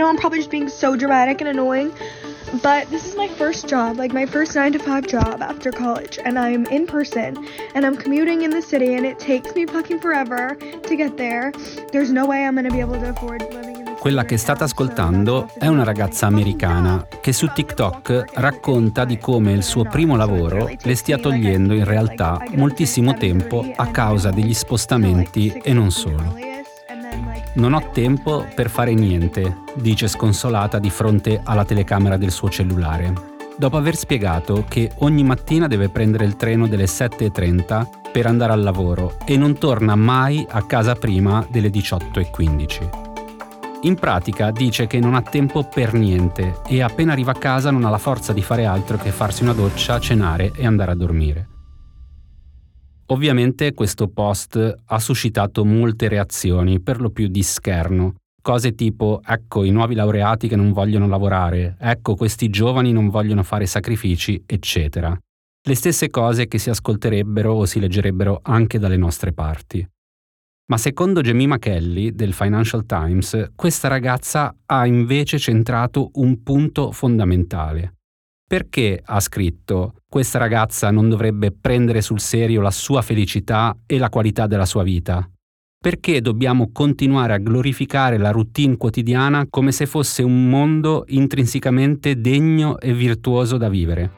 I'm probably just being so dramatic and annoying, but this is my first job, like my first 9-to-5 job after college, and I'm in person, and I'm commuting in the city, and it takes me fucking forever to get there. There's no way I'm gonna be able to afford living in the city. Quella che state ascoltando è una ragazza americana che su TikTok racconta di come il suo primo lavoro le stia togliendo in realtà moltissimo tempo a causa degli spostamenti e non solo. Non ho tempo per fare niente, dice sconsolata di fronte alla telecamera del suo cellulare, dopo aver spiegato che ogni mattina deve prendere il treno delle 7:30 per andare al lavoro e non torna mai a casa prima delle 18:15. In pratica dice che non ha tempo per niente e appena arriva a casa non ha la forza di fare altro che farsi una doccia, cenare e andare a dormire. Ovviamente questo post ha suscitato molte reazioni, per lo più di scherno. Cose tipo, ecco i nuovi laureati che non vogliono lavorare, ecco questi giovani non vogliono fare sacrifici, eccetera. Le stesse cose che si ascolterebbero o si leggerebbero anche dalle nostre parti. Ma secondo Jemima Kelly del Financial Times, questa ragazza ha invece centrato un punto fondamentale. Perché, ha scritto, questa ragazza non dovrebbe prendere sul serio la sua felicità e la qualità della sua vita? Perché dobbiamo continuare a glorificare la routine quotidiana come se fosse un mondo intrinsecamente degno e virtuoso da vivere?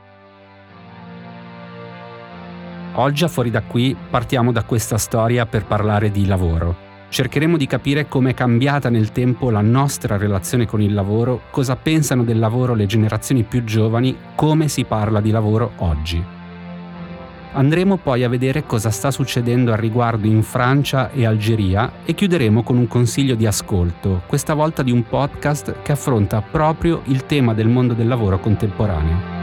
Oggi a Fuori da qui partiamo da questa storia per parlare di lavoro. Cercheremo di capire come è cambiata nel tempo la nostra relazione con il lavoro, cosa pensano del lavoro le generazioni più giovani, come si parla di lavoro oggi. Andremo poi a vedere cosa sta succedendo al riguardo in Francia e Algeria e chiuderemo con un consiglio di ascolto, questa volta di un podcast che affronta proprio il tema del mondo del lavoro contemporaneo.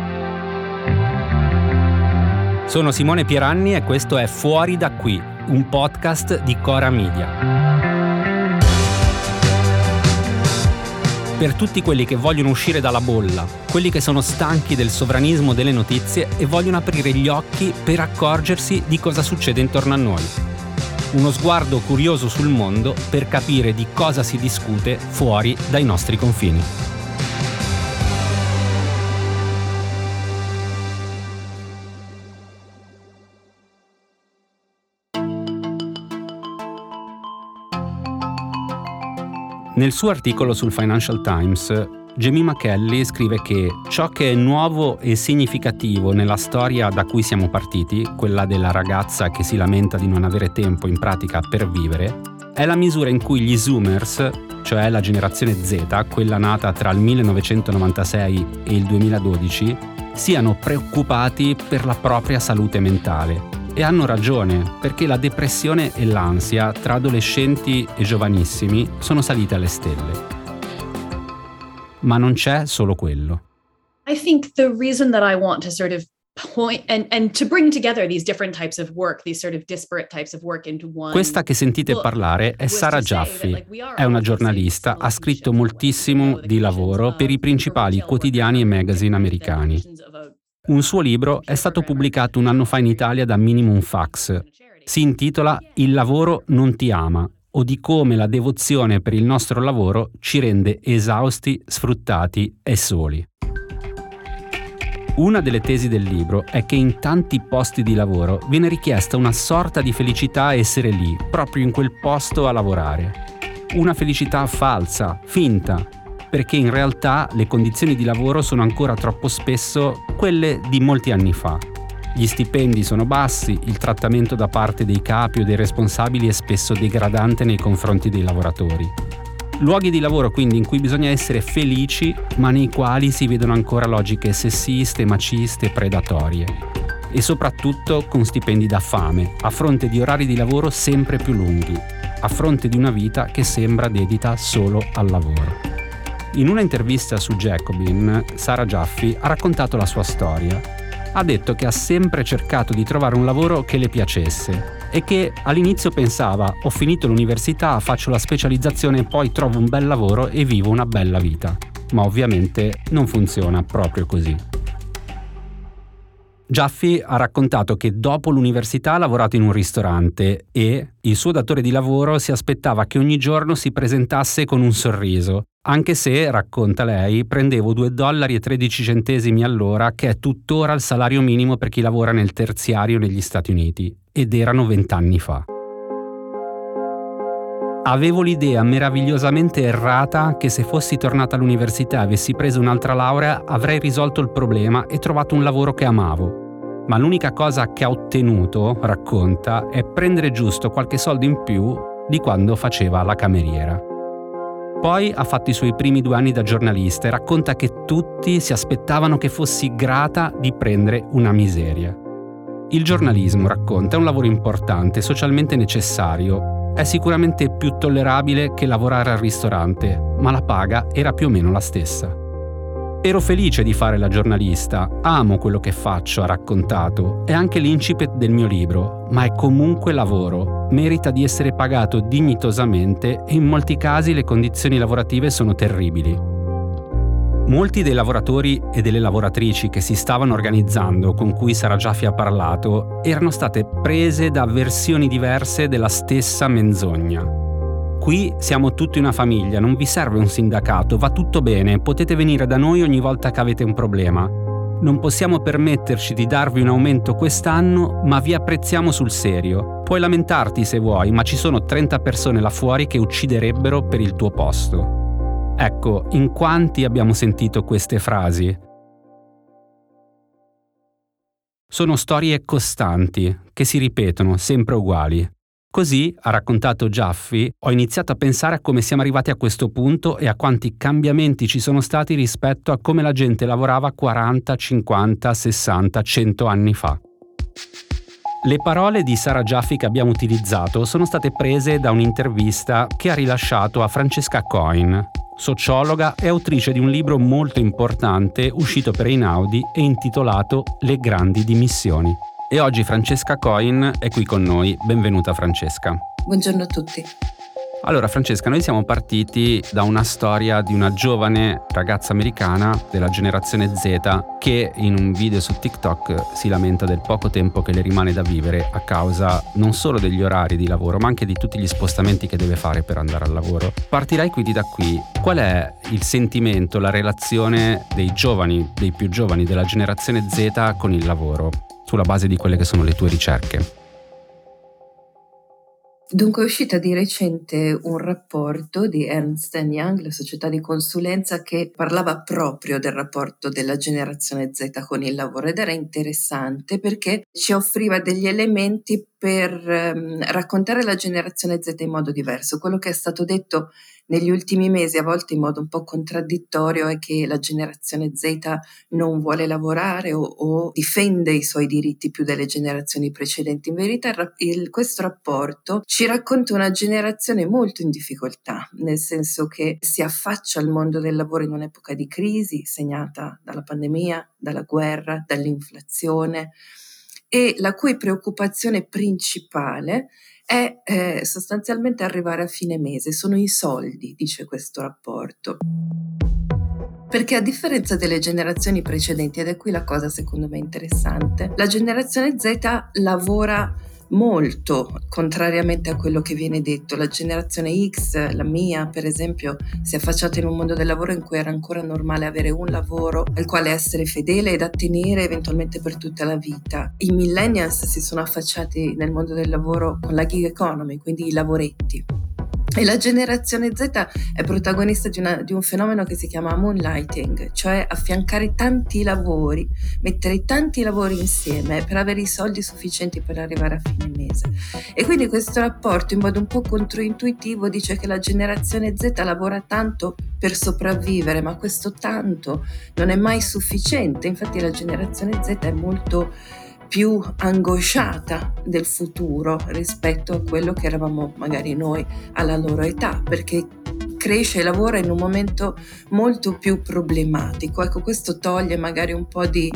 Sono Simone Pieranni e questo è Fuori da qui, un podcast di Cora Media. Per tutti quelli che vogliono uscire dalla bolla, quelli che sono stanchi del sovranismo delle notizie e vogliono aprire gli occhi per accorgersi di cosa succede intorno a noi. Uno sguardo curioso sul mondo per capire di cosa si discute fuori dai nostri confini. Nel suo articolo sul Financial Times, Jemima Kelly scrive che ciò che è nuovo e significativo nella storia da cui siamo partiti, quella della ragazza che si lamenta di non avere tempo in pratica per vivere, è la misura in cui gli Zoomers, cioè la generazione Z, quella nata tra il 1996 e il 2012, siano preoccupati per la propria salute mentale. E hanno ragione, perché la depressione e l'ansia tra adolescenti e giovanissimi sono salite alle stelle. Ma non c'è solo quello. I think the reason that I want to sort of point and to bring together these different types of work, these sort of disparate types of work into one. Questa che sentite parlare è Sarah Jaffe. È una giornalista, ha scritto moltissimo di lavoro per i principali quotidiani e magazine americani. Un suo libro è stato pubblicato un anno fa in Italia da Minimum Fax. Si intitola Il lavoro non ti ama, o di come la devozione per il nostro lavoro ci rende esausti, sfruttati e soli. Una delle tesi del libro è che in tanti posti di lavoro viene richiesta una sorta di felicità a essere lì, proprio in quel posto a lavorare. Una felicità falsa, finta, perché in realtà le condizioni di lavoro sono ancora troppo spesso quelle di molti anni fa. Gli stipendi sono bassi, il trattamento da parte dei capi o dei responsabili è spesso degradante nei confronti dei lavoratori. Luoghi di lavoro quindi in cui bisogna essere felici, ma nei quali si vedono ancora logiche sessiste, maciste, predatorie. E soprattutto con stipendi da fame, a fronte di orari di lavoro sempre più lunghi, a fronte di una vita che sembra dedita solo al lavoro. In una intervista su Jacobin, Sarah Jaffe ha raccontato la sua storia. Ha detto che ha sempre cercato di trovare un lavoro che le piacesse e che all'inizio pensava: ho finito l'università, faccio la specializzazione e poi trovo un bel lavoro e vivo una bella vita. Ma ovviamente non funziona proprio così. Jaffe ha raccontato che dopo l'università ha lavorato in un ristorante e il suo datore di lavoro si aspettava che ogni giorno si presentasse con un sorriso Anche se, racconta lei, prendevo $2,13 all'ora, che è tuttora il salario minimo per chi lavora nel terziario negli Stati Uniti, ed erano 20 anni fa. Avevo l'idea meravigliosamente errata che se fossi tornata all'università e avessi preso un'altra laurea avrei risolto il problema e trovato un lavoro che amavo. Ma l'unica cosa che ha ottenuto, racconta, è prendere giusto qualche soldo in più di quando faceva la cameriera. Poi ha fatto i suoi primi 2 anni da giornalista e racconta che tutti si aspettavano che fossi grata di prendere una miseria. Il giornalismo, racconta, è un lavoro importante, socialmente necessario. È sicuramente più tollerabile che lavorare al ristorante, ma la paga era più o meno la stessa. Ero felice di fare la giornalista, amo quello che faccio, ha raccontato, è anche l'incipit del mio libro, ma è comunque lavoro, merita di essere pagato dignitosamente e in molti casi le condizioni lavorative sono terribili. Molti dei lavoratori e delle lavoratrici che si stavano organizzando, con cui Sara Jaffe ha parlato, erano state prese da versioni diverse della stessa menzogna. Qui siamo tutti una famiglia, non vi serve un sindacato, va tutto bene, potete venire da noi ogni volta che avete un problema. Non possiamo permetterci di darvi un aumento quest'anno, ma vi apprezziamo sul serio. Puoi lamentarti se vuoi, ma ci sono 30 persone là fuori che ucciderebbero per il tuo posto. Ecco, in quanti abbiamo sentito queste frasi? Sono storie costanti, che si ripetono, sempre uguali. Così, ha raccontato Jaffe, ho iniziato a pensare a come siamo arrivati a questo punto e a quanti cambiamenti ci sono stati rispetto a come la gente lavorava 40, 50, 60, 100 anni fa. Le parole di Sara Jaffe che abbiamo utilizzato sono state prese da un'intervista che ha rilasciato a Francesca Coin, sociologa e autrice di un libro molto importante uscito per Einaudi e intitolato Le grandi dimissioni. E oggi Francesca Coin è qui con noi. Benvenuta Francesca. Buongiorno a tutti. Allora Francesca, noi siamo partiti da una storia di una giovane ragazza americana della generazione Z che in un video su TikTok si lamenta del poco tempo che le rimane da vivere a causa non solo degli orari di lavoro ma anche di tutti gli spostamenti che deve fare per andare al lavoro. Partirei quindi da qui. Qual è il sentimento, la relazione dei giovani, dei più giovani della generazione Z con il lavoro, sulla base di quelle che sono le tue ricerche? Dunque è uscita di recente un rapporto di Ernst & Young, la società di consulenza, che parlava proprio del rapporto della generazione Z con il lavoro ed era interessante perché ci offriva degli elementi per raccontare la generazione Z in modo diverso. Quello che è stato detto negli ultimi mesi, a volte in modo un po' contraddittorio, è che la generazione Z non vuole lavorare o difende i suoi diritti più delle generazioni precedenti. In verità questo rapporto ci racconta una generazione molto in difficoltà, nel senso che si affaccia al mondo del lavoro in un'epoca di crisi segnata dalla pandemia, dalla guerra, dall'inflazione, e la cui preoccupazione principale è sostanzialmente arrivare a fine mese. Sono i soldi, dice questo rapporto. Perché a differenza delle generazioni precedenti, ed è qui la cosa secondo me interessante, la generazione Z lavora molto, contrariamente a quello che viene detto. La generazione X, la mia per esempio, si è affacciata in un mondo del lavoro in cui era ancora normale avere un lavoro al quale essere fedele e da tenere eventualmente per tutta la vita. I millennials si sono affacciati nel mondo del lavoro con la gig economy, quindi i lavoretti. E la generazione Z è protagonista di un fenomeno che si chiama moonlighting, cioè affiancare tanti lavori, mettere tanti lavori insieme per avere i soldi sufficienti per arrivare a fine mese. E quindi questo rapporto, in modo un po' controintuitivo, dice che la generazione Z lavora tanto per sopravvivere, ma questo tanto non è mai sufficiente. Infatti la generazione Z è molto più angosciata del futuro rispetto a quello che eravamo magari noi alla loro età, perché cresce e lavora in un momento molto più problematico. Ecco, questo toglie magari un po' di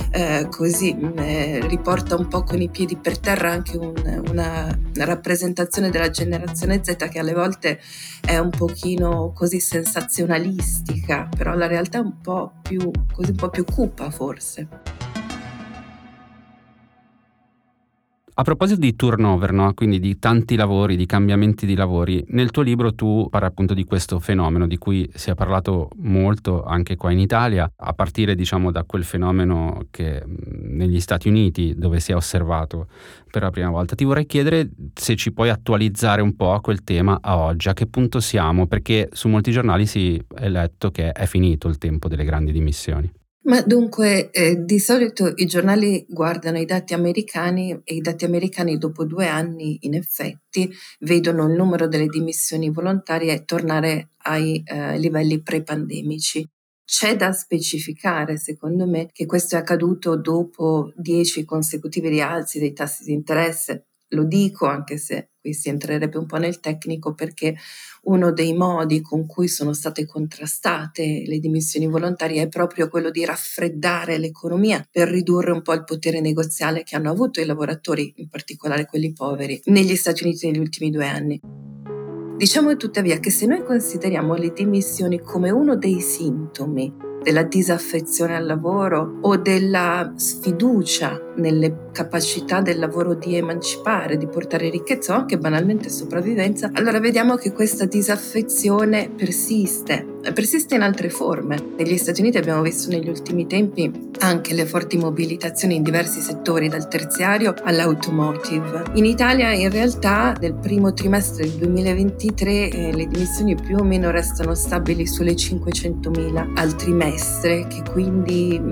riporta un po' con i piedi per terra anche una rappresentazione della generazione Z che alle volte è un pochino così sensazionalistica, però la realtà è un po' più cupa forse. A proposito di turnover, no? Quindi di tanti lavori, di cambiamenti di lavori, nel tuo libro tu parli appunto di questo fenomeno di cui si è parlato molto anche qua in Italia, a partire diciamo da quel fenomeno che negli Stati Uniti, dove si è osservato per la prima volta. Ti vorrei chiedere se ci puoi attualizzare un po' quel tema a oggi, a che punto siamo, perché su molti giornali si è letto che è finito il tempo delle grandi dimissioni. Ma dunque, di solito i giornali guardano i dati americani e i dati americani dopo 2 anni in effetti vedono il numero delle dimissioni volontarie tornare ai livelli pre-pandemici. C'è da specificare, secondo me, che questo è accaduto dopo 10 consecutivi rialzi dei tassi di interesse. Lo dico anche se qui si entrerebbe un po' nel tecnico, perché uno dei modi con cui sono state contrastate le dimissioni volontarie è proprio quello di raffreddare l'economia per ridurre un po' il potere negoziale che hanno avuto i lavoratori, in particolare quelli poveri, negli Stati Uniti negli ultimi 2 anni. Diciamo tuttavia che se noi consideriamo le dimissioni come uno dei sintomi della disaffezione al lavoro o della sfiducia nelle capacità del lavoro di emancipare, di portare ricchezza o anche banalmente sopravvivenza, allora vediamo che questa disaffezione persiste in altre forme. Negli Stati Uniti abbiamo visto negli ultimi tempi anche le forti mobilitazioni in diversi settori, dal terziario all'automotive. In Italia in realtà nel primo trimestre del 2023 le dimissioni più o meno restano stabili sulle 500.000 al trimestre, che quindi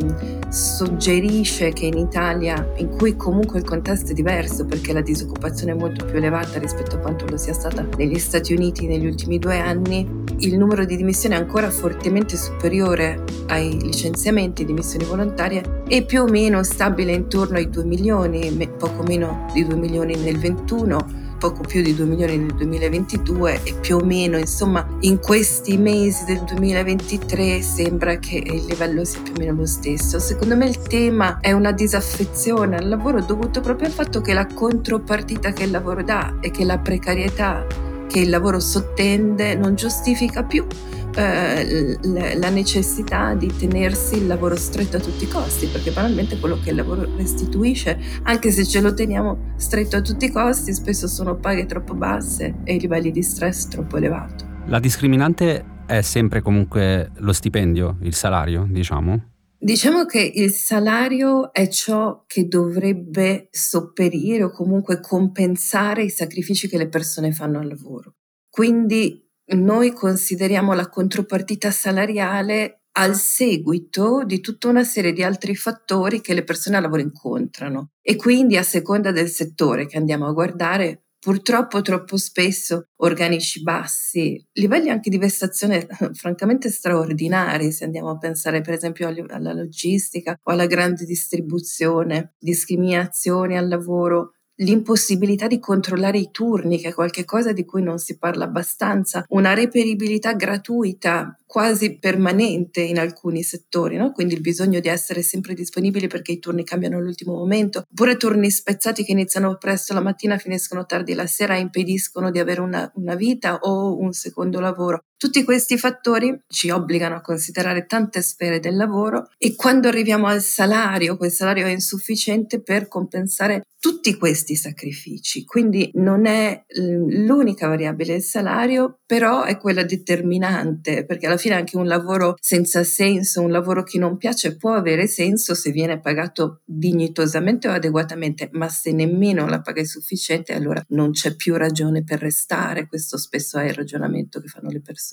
suggerisce che in Italia, in cui comunque il contesto è diverso perché la disoccupazione è molto più elevata rispetto a quanto lo sia stata negli Stati Uniti negli ultimi 2 anni, il numero di dimissioni è ancora fortemente superiore ai licenziamenti, dimissioni volontarie, e più o meno stabile intorno ai 2 milioni, poco meno di 2 milioni nel 21, poco più di 2 milioni nel 2022 e più o meno, insomma, in questi mesi del 2023 sembra che il livello sia più o meno lo stesso. Secondo me il tema è una disaffezione al lavoro dovuto proprio al fatto che la contropartita che il lavoro dà e che la precarietà che il lavoro sottende non giustifica più la necessità di tenersi il lavoro stretto a tutti i costi, perché banalmente quello che il lavoro restituisce, anche se ce lo teniamo stretto a tutti i costi, spesso sono paghe troppo basse e i livelli di stress troppo elevati. La discriminante è sempre comunque lo stipendio, il salario, diciamo? Diciamo che il salario è ciò che dovrebbe sopperire o comunque compensare i sacrifici che le persone fanno al lavoro. Quindi noi consideriamo la contropartita salariale al seguito di tutta una serie di altri fattori che le persone al lavoro incontrano, e quindi a seconda del settore che andiamo a guardare, purtroppo troppo spesso organici bassi, livelli anche di vessazione francamente straordinari, se andiamo a pensare per esempio alla logistica o alla grande distribuzione, discriminazioni al lavoro, l'impossibilità di controllare i turni, che è qualcosa di cui non si parla abbastanza, una reperibilità gratuita quasi permanente in alcuni settori, no? Quindi il bisogno di essere sempre disponibili perché i turni cambiano all'ultimo momento, oppure turni spezzati che iniziano presto la mattina, finiscono tardi la sera e impediscono di avere una vita o un secondo lavoro. Tutti questi fattori ci obbligano a considerare tante sfere del lavoro, e quando arriviamo al salario, quel salario è insufficiente per compensare tutti questi sacrifici. Quindi non è l'unica variabile il salario, però è quella determinante, perché alla fine anche un lavoro senza senso, un lavoro che non piace, può avere senso se viene pagato dignitosamente o adeguatamente, ma se nemmeno la paga è sufficiente, allora non c'è più ragione per restare. Questo spesso è il ragionamento che fanno le persone.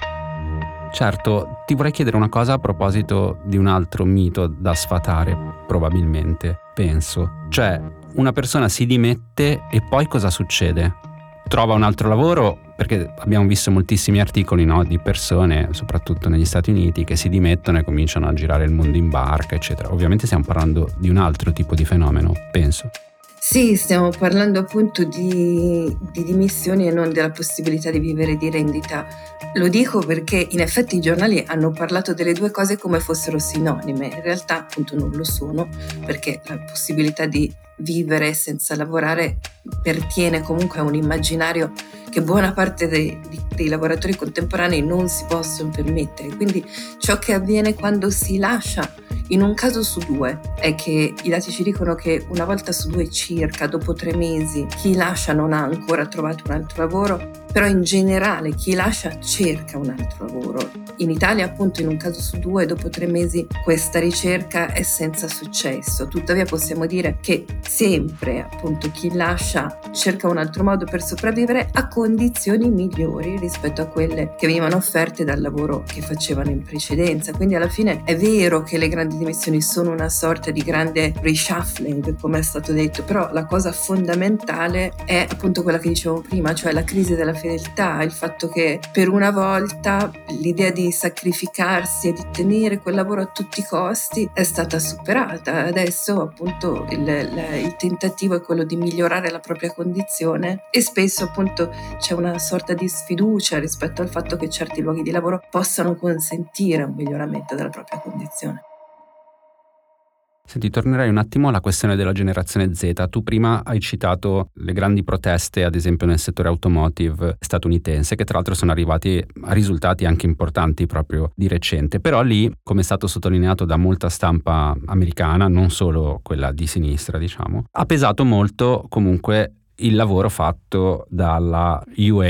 Certo, ti vorrei chiedere una cosa a proposito di un altro mito da sfatare, probabilmente, penso. Cioè, una persona si dimette e poi cosa succede? Trova un altro lavoro? Perché abbiamo visto moltissimi articoli, no, di persone, soprattutto negli Stati Uniti, che si dimettono e cominciano a girare il mondo in barca, eccetera. Ovviamente stiamo parlando di un altro tipo di fenomeno, penso. Sì, stiamo parlando appunto di dimissioni e non della possibilità di vivere di rendita. Lo dico perché in effetti i giornali hanno parlato delle due cose come fossero sinonime. In realtà appunto non lo sono, perché la possibilità di vivere senza lavorare pertiene comunque a un immaginario che buona parte dei lavoratori contemporanei non si possono permettere. Quindi ciò che avviene quando si lascia, in un caso su 2, è che i dati ci dicono che una volta su 2 circa, dopo 3 mesi, chi lascia non ha ancora trovato un altro lavoro, però in generale chi lascia cerca un altro lavoro. In Italia, appunto, in un caso su 2, dopo 3 mesi, questa ricerca è senza successo. Tuttavia possiamo dire che sempre, appunto, chi lascia cerca un altro modo per sopravvivere a condizioni migliori rispetto a quelle che venivano offerte dal lavoro che facevano in precedenza. Quindi alla fine è vero che le grandi dimissioni sono una sorta di grande reshuffling, come è stato detto, però la cosa fondamentale è appunto quella che dicevo prima, cioè la crisi della fedeltà, il fatto che per una volta l'idea di sacrificarsi e di tenere quel lavoro a tutti i costi è stata superata. Adesso appunto il tentativo è quello di migliorare la propria condizione e spesso appunto c'è una sorta di sfiducia rispetto al fatto che certi luoghi di lavoro possano consentire un miglioramento della propria condizione. Senti, tornerei un attimo alla questione della generazione Z. Tu prima hai citato le grandi proteste, ad esempio nel settore automotive statunitense, che tra l'altro sono arrivati a risultati anche importanti proprio di recente. Però lì, come è stato sottolineato da molta stampa americana, non solo quella di sinistra, diciamo, ha pesato molto comunque il lavoro fatto dalla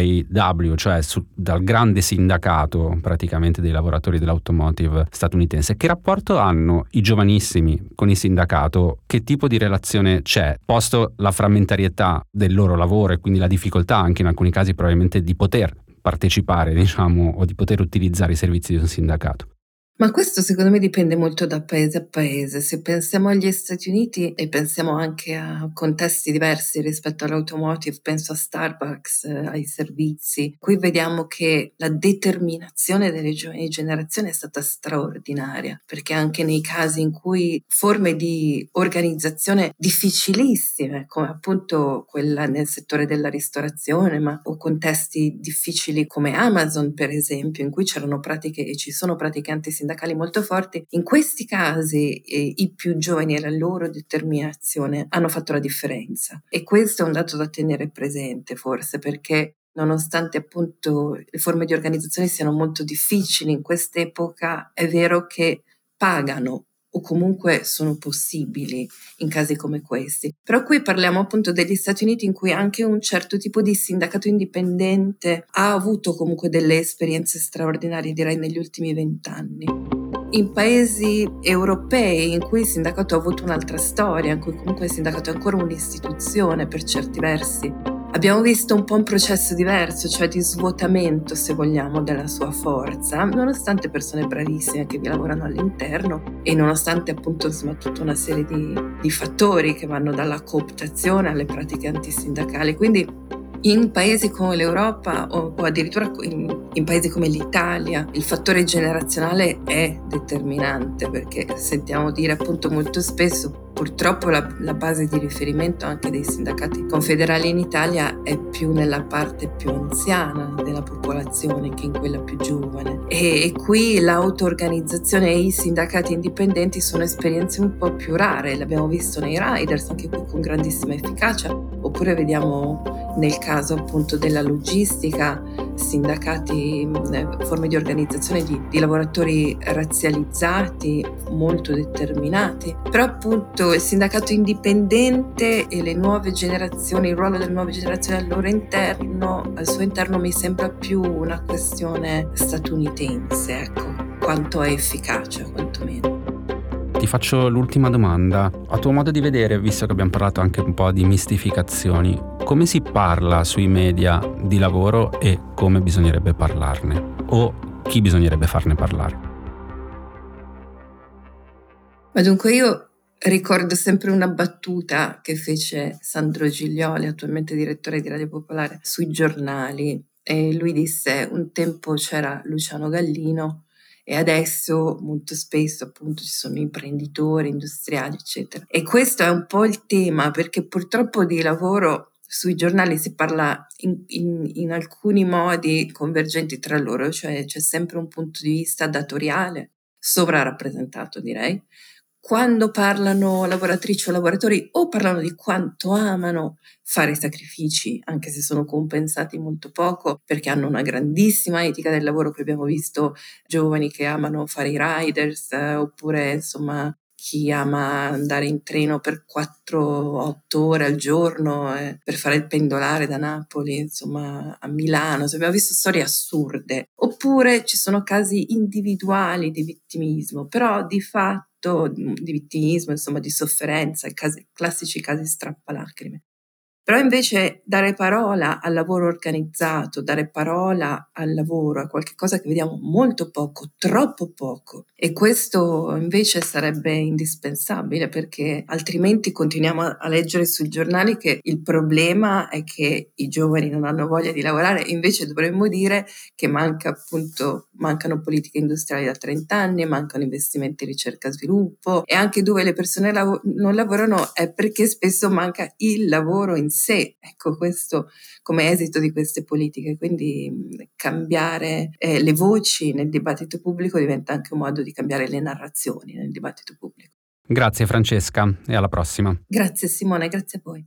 UAW, cioè dal grande sindacato praticamente dei lavoratori dell'automotive statunitense. Che rapporto hanno i giovanissimi con il sindacato? Che tipo di relazione c'è, posto la frammentarietà del loro lavoro e quindi la difficoltà anche in alcuni casi probabilmente di poter partecipare, diciamo, o di poter utilizzare i servizi di un sindacato? Ma questo secondo me dipende molto da paese a paese. Se pensiamo agli Stati Uniti e pensiamo anche a contesti diversi rispetto all'automotive, penso a Starbucks, ai servizi, qui vediamo che la determinazione delle giovani generazioni è stata straordinaria, perché anche nei casi in cui forme di organizzazione difficilissime, come appunto quella nel settore della ristorazione, ma o contesti difficili come Amazon, per esempio, in cui c'erano pratiche e ci sono pratiche antisindacali molto forti, in questi casi i più giovani e la loro determinazione hanno fatto la differenza. E questo è un dato da tenere presente, forse, perché nonostante appunto le forme di organizzazione siano molto difficili in quest'epoca, è vero che pagano o comunque sono possibili in casi come questi. Però qui parliamo appunto degli Stati Uniti, in cui anche un certo tipo di sindacato indipendente ha avuto comunque delle esperienze straordinarie, direi, negli ultimi 20 anni. In paesi europei in cui il sindacato ha avuto un'altra storia, in cui comunque il sindacato è ancora un'istituzione per certi versi, abbiamo visto un po' un processo diverso, cioè di svuotamento, se vogliamo, della sua forza, nonostante persone bravissime che vi lavorano all'interno e nonostante appunto insomma tutta una serie di fattori che vanno dalla cooptazione alle pratiche antisindacali. Quindi in paesi come l'Europa o addirittura in paesi come l'Italia il fattore generazionale è determinante, perché sentiamo dire appunto molto spesso, purtroppo la base di riferimento anche dei sindacati confederali in Italia è più nella parte più anziana della popolazione che in quella più giovane, e qui l'auto-organizzazione e i sindacati indipendenti sono esperienze un po' più rare. L'abbiamo visto nei Riders, anche qui con grandissima efficacia, oppure vediamo nel caso appunto della logistica sindacati, forme di organizzazione di lavoratori razzializzati molto determinati. Però appunto il sindacato indipendente e le nuove generazioni, il ruolo delle nuove generazioni al suo interno mi sembra più una questione statunitense, ecco, quanto è efficace quantomeno. Ti faccio l'ultima domanda. A tuo modo di vedere, visto che abbiamo parlato anche un po' di mistificazioni, come si parla sui media di lavoro e come bisognerebbe parlarne? O chi bisognerebbe farne parlare? Ma dunque io ricordo sempre una battuta che fece Sandro Giglioli, attualmente direttore di Radio Popolare, sui giornali, e lui disse: un tempo c'era Luciano Gallino e adesso molto spesso appunto ci sono imprenditori, industriali, eccetera. E questo è un po' il tema, perché purtroppo di lavoro sui giornali si parla in alcuni modi convergenti tra loro, cioè c'è sempre un punto di vista datoriale, sovrarappresentato direi, quando parlano lavoratrici o lavoratori o parlano di quanto amano fare sacrifici, anche se sono compensati molto poco, perché hanno una grandissima etica del lavoro, che abbiamo visto giovani che amano fare i riders, oppure insomma chi ama andare in treno per 4-8 ore al giorno per fare il pendolare da Napoli, insomma, a Milano. Abbiamo visto storie assurde. Oppure ci sono casi individuali di vittimismo, però di fatto di vittimismo, insomma, di sofferenza, classici casi strappalacrime. Però invece dare parola al lavoro organizzato, dare parola al lavoro, a qualche cosa che vediamo molto poco, troppo poco. E questo invece sarebbe indispensabile, perché altrimenti continuiamo a leggere sui giornali che il problema è che i giovani non hanno voglia di lavorare. Invece dovremmo dire che mancano politiche industriali da 30 anni, mancano investimenti in ricerca e sviluppo, e anche dove le persone non lavorano è perché spesso manca il lavoro in sé. Ecco, questo come esito di queste politiche. Quindi cambiare le voci nel dibattito pubblico diventa anche un modo di cambiare le narrazioni nel dibattito pubblico. Grazie Francesca e alla prossima. Grazie Simone, grazie a voi.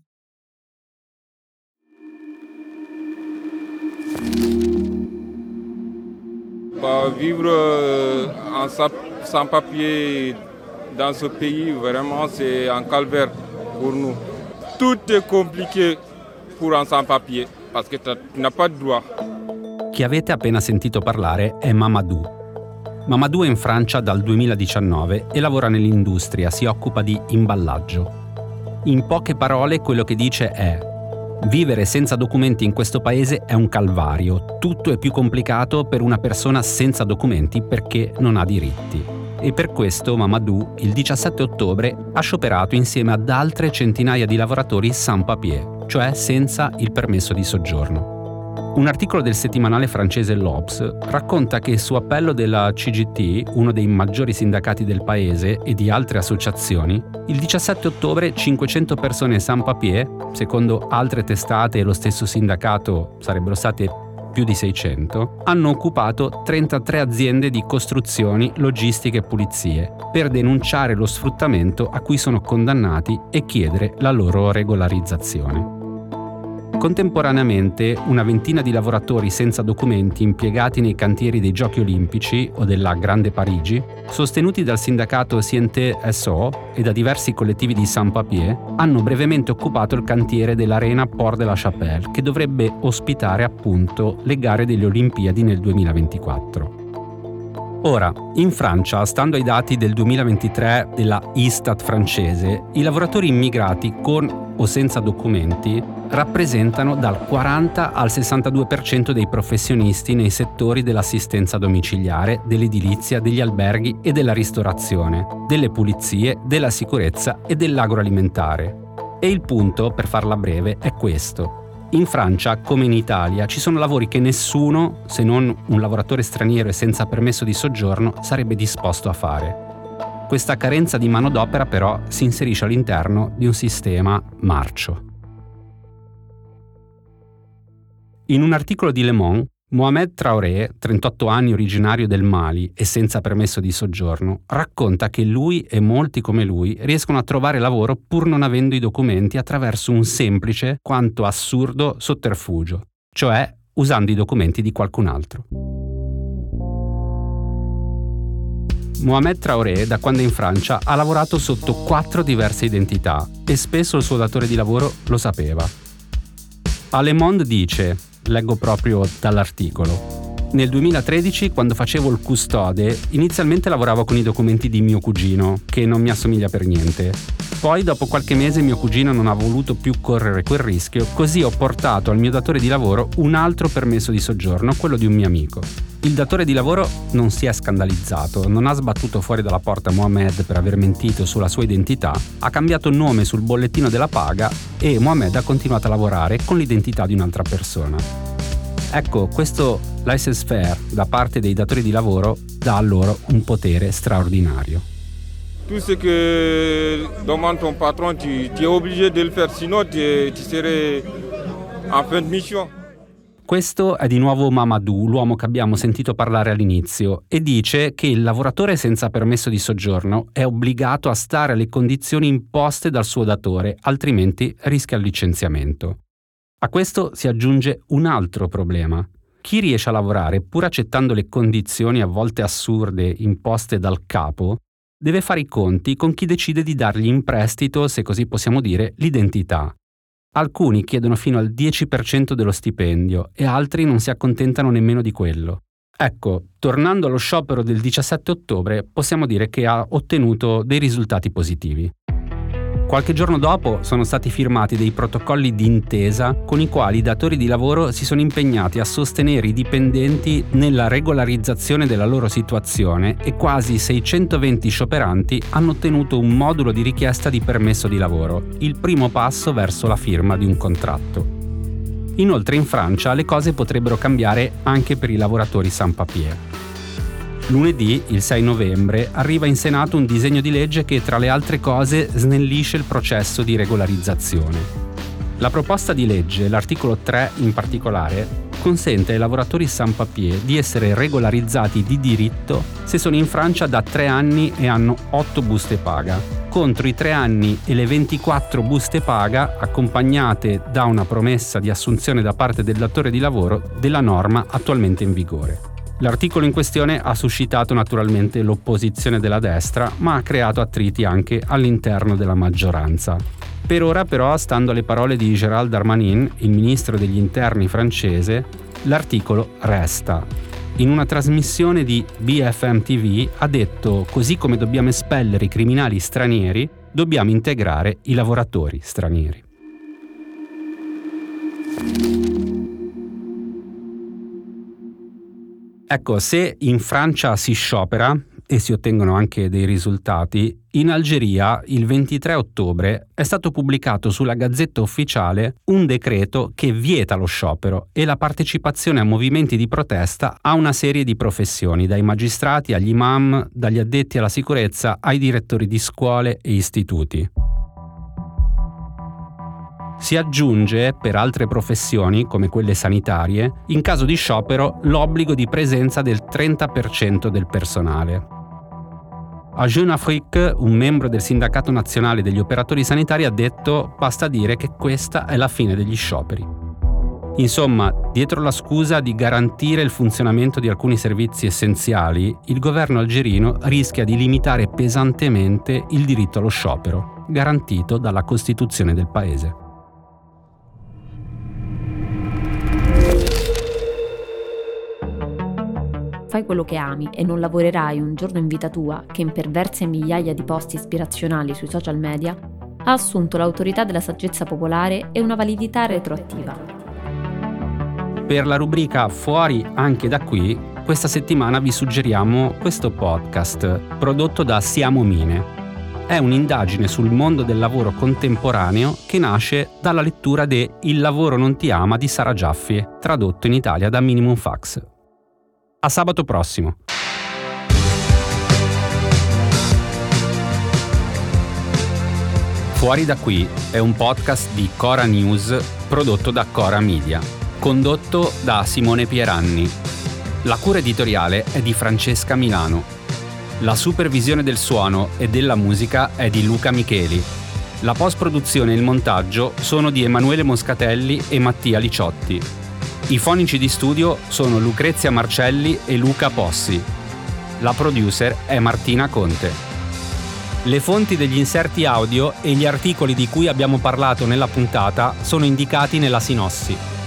Vivre sans papier dans ce pays, vraiment, c'est un calvaire pour nous. Tout est compliqué pour un sans-papier parce que tu n'as pas de droit. Chi avete appena sentito parlare è Mamadou. Mamadou è in Francia dal 2019 e lavora nell'industria, si occupa di imballaggio. In poche parole quello che dice è: vivere senza documenti in questo paese è un calvario, tutto è più complicato per una persona senza documenti perché non ha diritti. E per questo Mamadou il 17 ottobre ha scioperato insieme ad altre centinaia di lavoratori sans papier, cioè senza il permesso di soggiorno. Un articolo del settimanale francese L'Obs racconta che su appello della CGT, uno dei maggiori sindacati del paese, e di altre associazioni, il 17 ottobre 500 persone sans papier, secondo altre testate e lo stesso sindacato sarebbero state più di 600, hanno occupato 33 aziende di costruzioni, logistiche e pulizie per denunciare lo sfruttamento a cui sono condannati e chiedere la loro regolarizzazione. Contemporaneamente, una ventina di lavoratori senza documenti impiegati nei cantieri dei Giochi Olimpici o della Grande Parigi, sostenuti dal sindacato Siente SO e da diversi collettivi di sans-papier, hanno brevemente occupato il cantiere dell'Arena Port de la Chapelle, che dovrebbe ospitare appunto le gare delle Olimpiadi nel 2024. Ora, in Francia, stando ai dati del 2023 della Istat francese, i lavoratori immigrati con o senza documenti rappresentano dal 40 al 62% dei professionisti nei settori dell'assistenza domiciliare, dell'edilizia, degli alberghi e della ristorazione, delle pulizie, della sicurezza e dell'agroalimentare. E il punto, per farla breve, è questo. In Francia, come in Italia, ci sono lavori che nessuno, se non un lavoratore straniero e senza permesso di soggiorno, sarebbe disposto a fare. Questa carenza di manodopera però si inserisce all'interno di un sistema marcio. In un articolo di Le Monde, Mohamed Traoré, 38 anni, originario del Mali e senza permesso di soggiorno, racconta che lui e molti come lui riescono a trovare lavoro pur non avendo i documenti attraverso un semplice quanto assurdo sotterfugio, cioè usando i documenti di qualcun altro. Mohamed Traoré, da quando è in Francia, ha lavorato sotto 4 diverse identità e spesso il suo datore di lavoro lo sapeva. A Le Monde dice, leggo proprio dall'articolo: nel 2013, quando facevo il custode, inizialmente lavoravo con i documenti di mio cugino, che non mi assomiglia per niente. Poi, dopo qualche mese, mio cugino non ha voluto più correre quel rischio, così ho portato al mio datore di lavoro un altro permesso di soggiorno, quello di un mio amico. Il datore di lavoro non si è scandalizzato, non ha sbattuto fuori dalla porta Mohamed per aver mentito sulla sua identità, ha cambiato nome sul bollettino della paga e Mohamed ha continuato a lavorare con l'identità di un'altra persona. Ecco, questo laissez-faire da parte dei datori di lavoro dà a loro un potere straordinario. Tout ce que demande ton patron, tu es obligé de le faire, sinon tu serais en fin de mission. Questo è di nuovo Mamadou, l'uomo che abbiamo sentito parlare all'inizio, e dice che il lavoratore senza permesso di soggiorno è obbligato a stare alle condizioni imposte dal suo datore, altrimenti rischia il licenziamento. A questo si aggiunge un altro problema. Chi riesce a lavorare, pur accettando le condizioni a volte assurde imposte dal capo, deve fare i conti con chi decide di dargli in prestito, se così possiamo dire, l'identità. Alcuni chiedono fino al 10% dello stipendio e altri non si accontentano nemmeno di quello. Ecco, tornando allo sciopero del 17 ottobre, possiamo dire che ha ottenuto dei risultati positivi. Qualche giorno dopo sono stati firmati dei protocolli d'intesa con i quali i datori di lavoro si sono impegnati a sostenere i dipendenti nella regolarizzazione della loro situazione e quasi 620 scioperanti hanno ottenuto un modulo di richiesta di permesso di lavoro, il primo passo verso la firma di un contratto. Inoltre in Francia le cose potrebbero cambiare anche per i lavoratori sans-papier. Lunedì, il 6 novembre, arriva in Senato un disegno di legge che, tra le altre cose, snellisce il processo di regolarizzazione. La proposta di legge, l'articolo 3 in particolare, consente ai lavoratori sans-papier di essere regolarizzati di diritto se sono in Francia da 3 anni e hanno 8 buste paga, contro i 3 anni e le 24 buste paga accompagnate da una promessa di assunzione da parte del datore di lavoro della norma attualmente in vigore. L'articolo in questione ha suscitato naturalmente l'opposizione della destra, ma ha creato attriti anche all'interno della maggioranza. Per ora però, stando alle parole di Gérald Darmanin, il ministro degli interni francese, l'articolo resta. In una trasmissione di BFM TV ha detto: così come dobbiamo espellere i criminali stranieri, dobbiamo integrare i lavoratori stranieri. Ecco, se in Francia si sciopera e si ottengono anche dei risultati, in Algeria il 23 ottobre è stato pubblicato sulla Gazzetta Ufficiale un decreto che vieta lo sciopero e la partecipazione a movimenti di protesta a una serie di professioni, dai magistrati agli imam, dagli addetti alla sicurezza ai direttori di scuole e istituti. Si aggiunge, per altre professioni, come quelle sanitarie, in caso di sciopero l'obbligo di presenza del 30% del personale. A Jeune Afrique, un membro del Sindacato Nazionale degli Operatori Sanitari, ha detto: basta dire che questa è la fine degli scioperi. Insomma, dietro la scusa di garantire il funzionamento di alcuni servizi essenziali, il governo algerino rischia di limitare pesantemente il diritto allo sciopero, garantito dalla Costituzione del paese. Fai quello che ami e non lavorerai un giorno in vita tua, che imperversa in migliaia di post ispirazionali sui social media, ha assunto l'autorità della saggezza popolare e una validità retroattiva. Per la rubrica Fuori anche da qui, questa settimana vi suggeriamo questo podcast prodotto da Siamo Mine. È un'indagine sul mondo del lavoro contemporaneo che nasce dalla lettura de Il lavoro non ti ama di Sara Giaffi, tradotto in Italia da Minimum Fax. A sabato prossimo. Fuori da qui è un podcast di Cora News prodotto da Cora Media, condotto da Simone Pieranni. La cura editoriale è di Francesca Milano. La supervisione del suono e della musica è di Luca Micheli. La post-produzione e il montaggio sono di Emanuele Moscatelli e Mattia Liciotti. I fonici di studio sono Lucrezia Marcelli e Luca Possi. La producer è Martina Conte. Le fonti degli inserti audio e gli articoli di cui abbiamo parlato nella puntata sono indicati nella sinossi.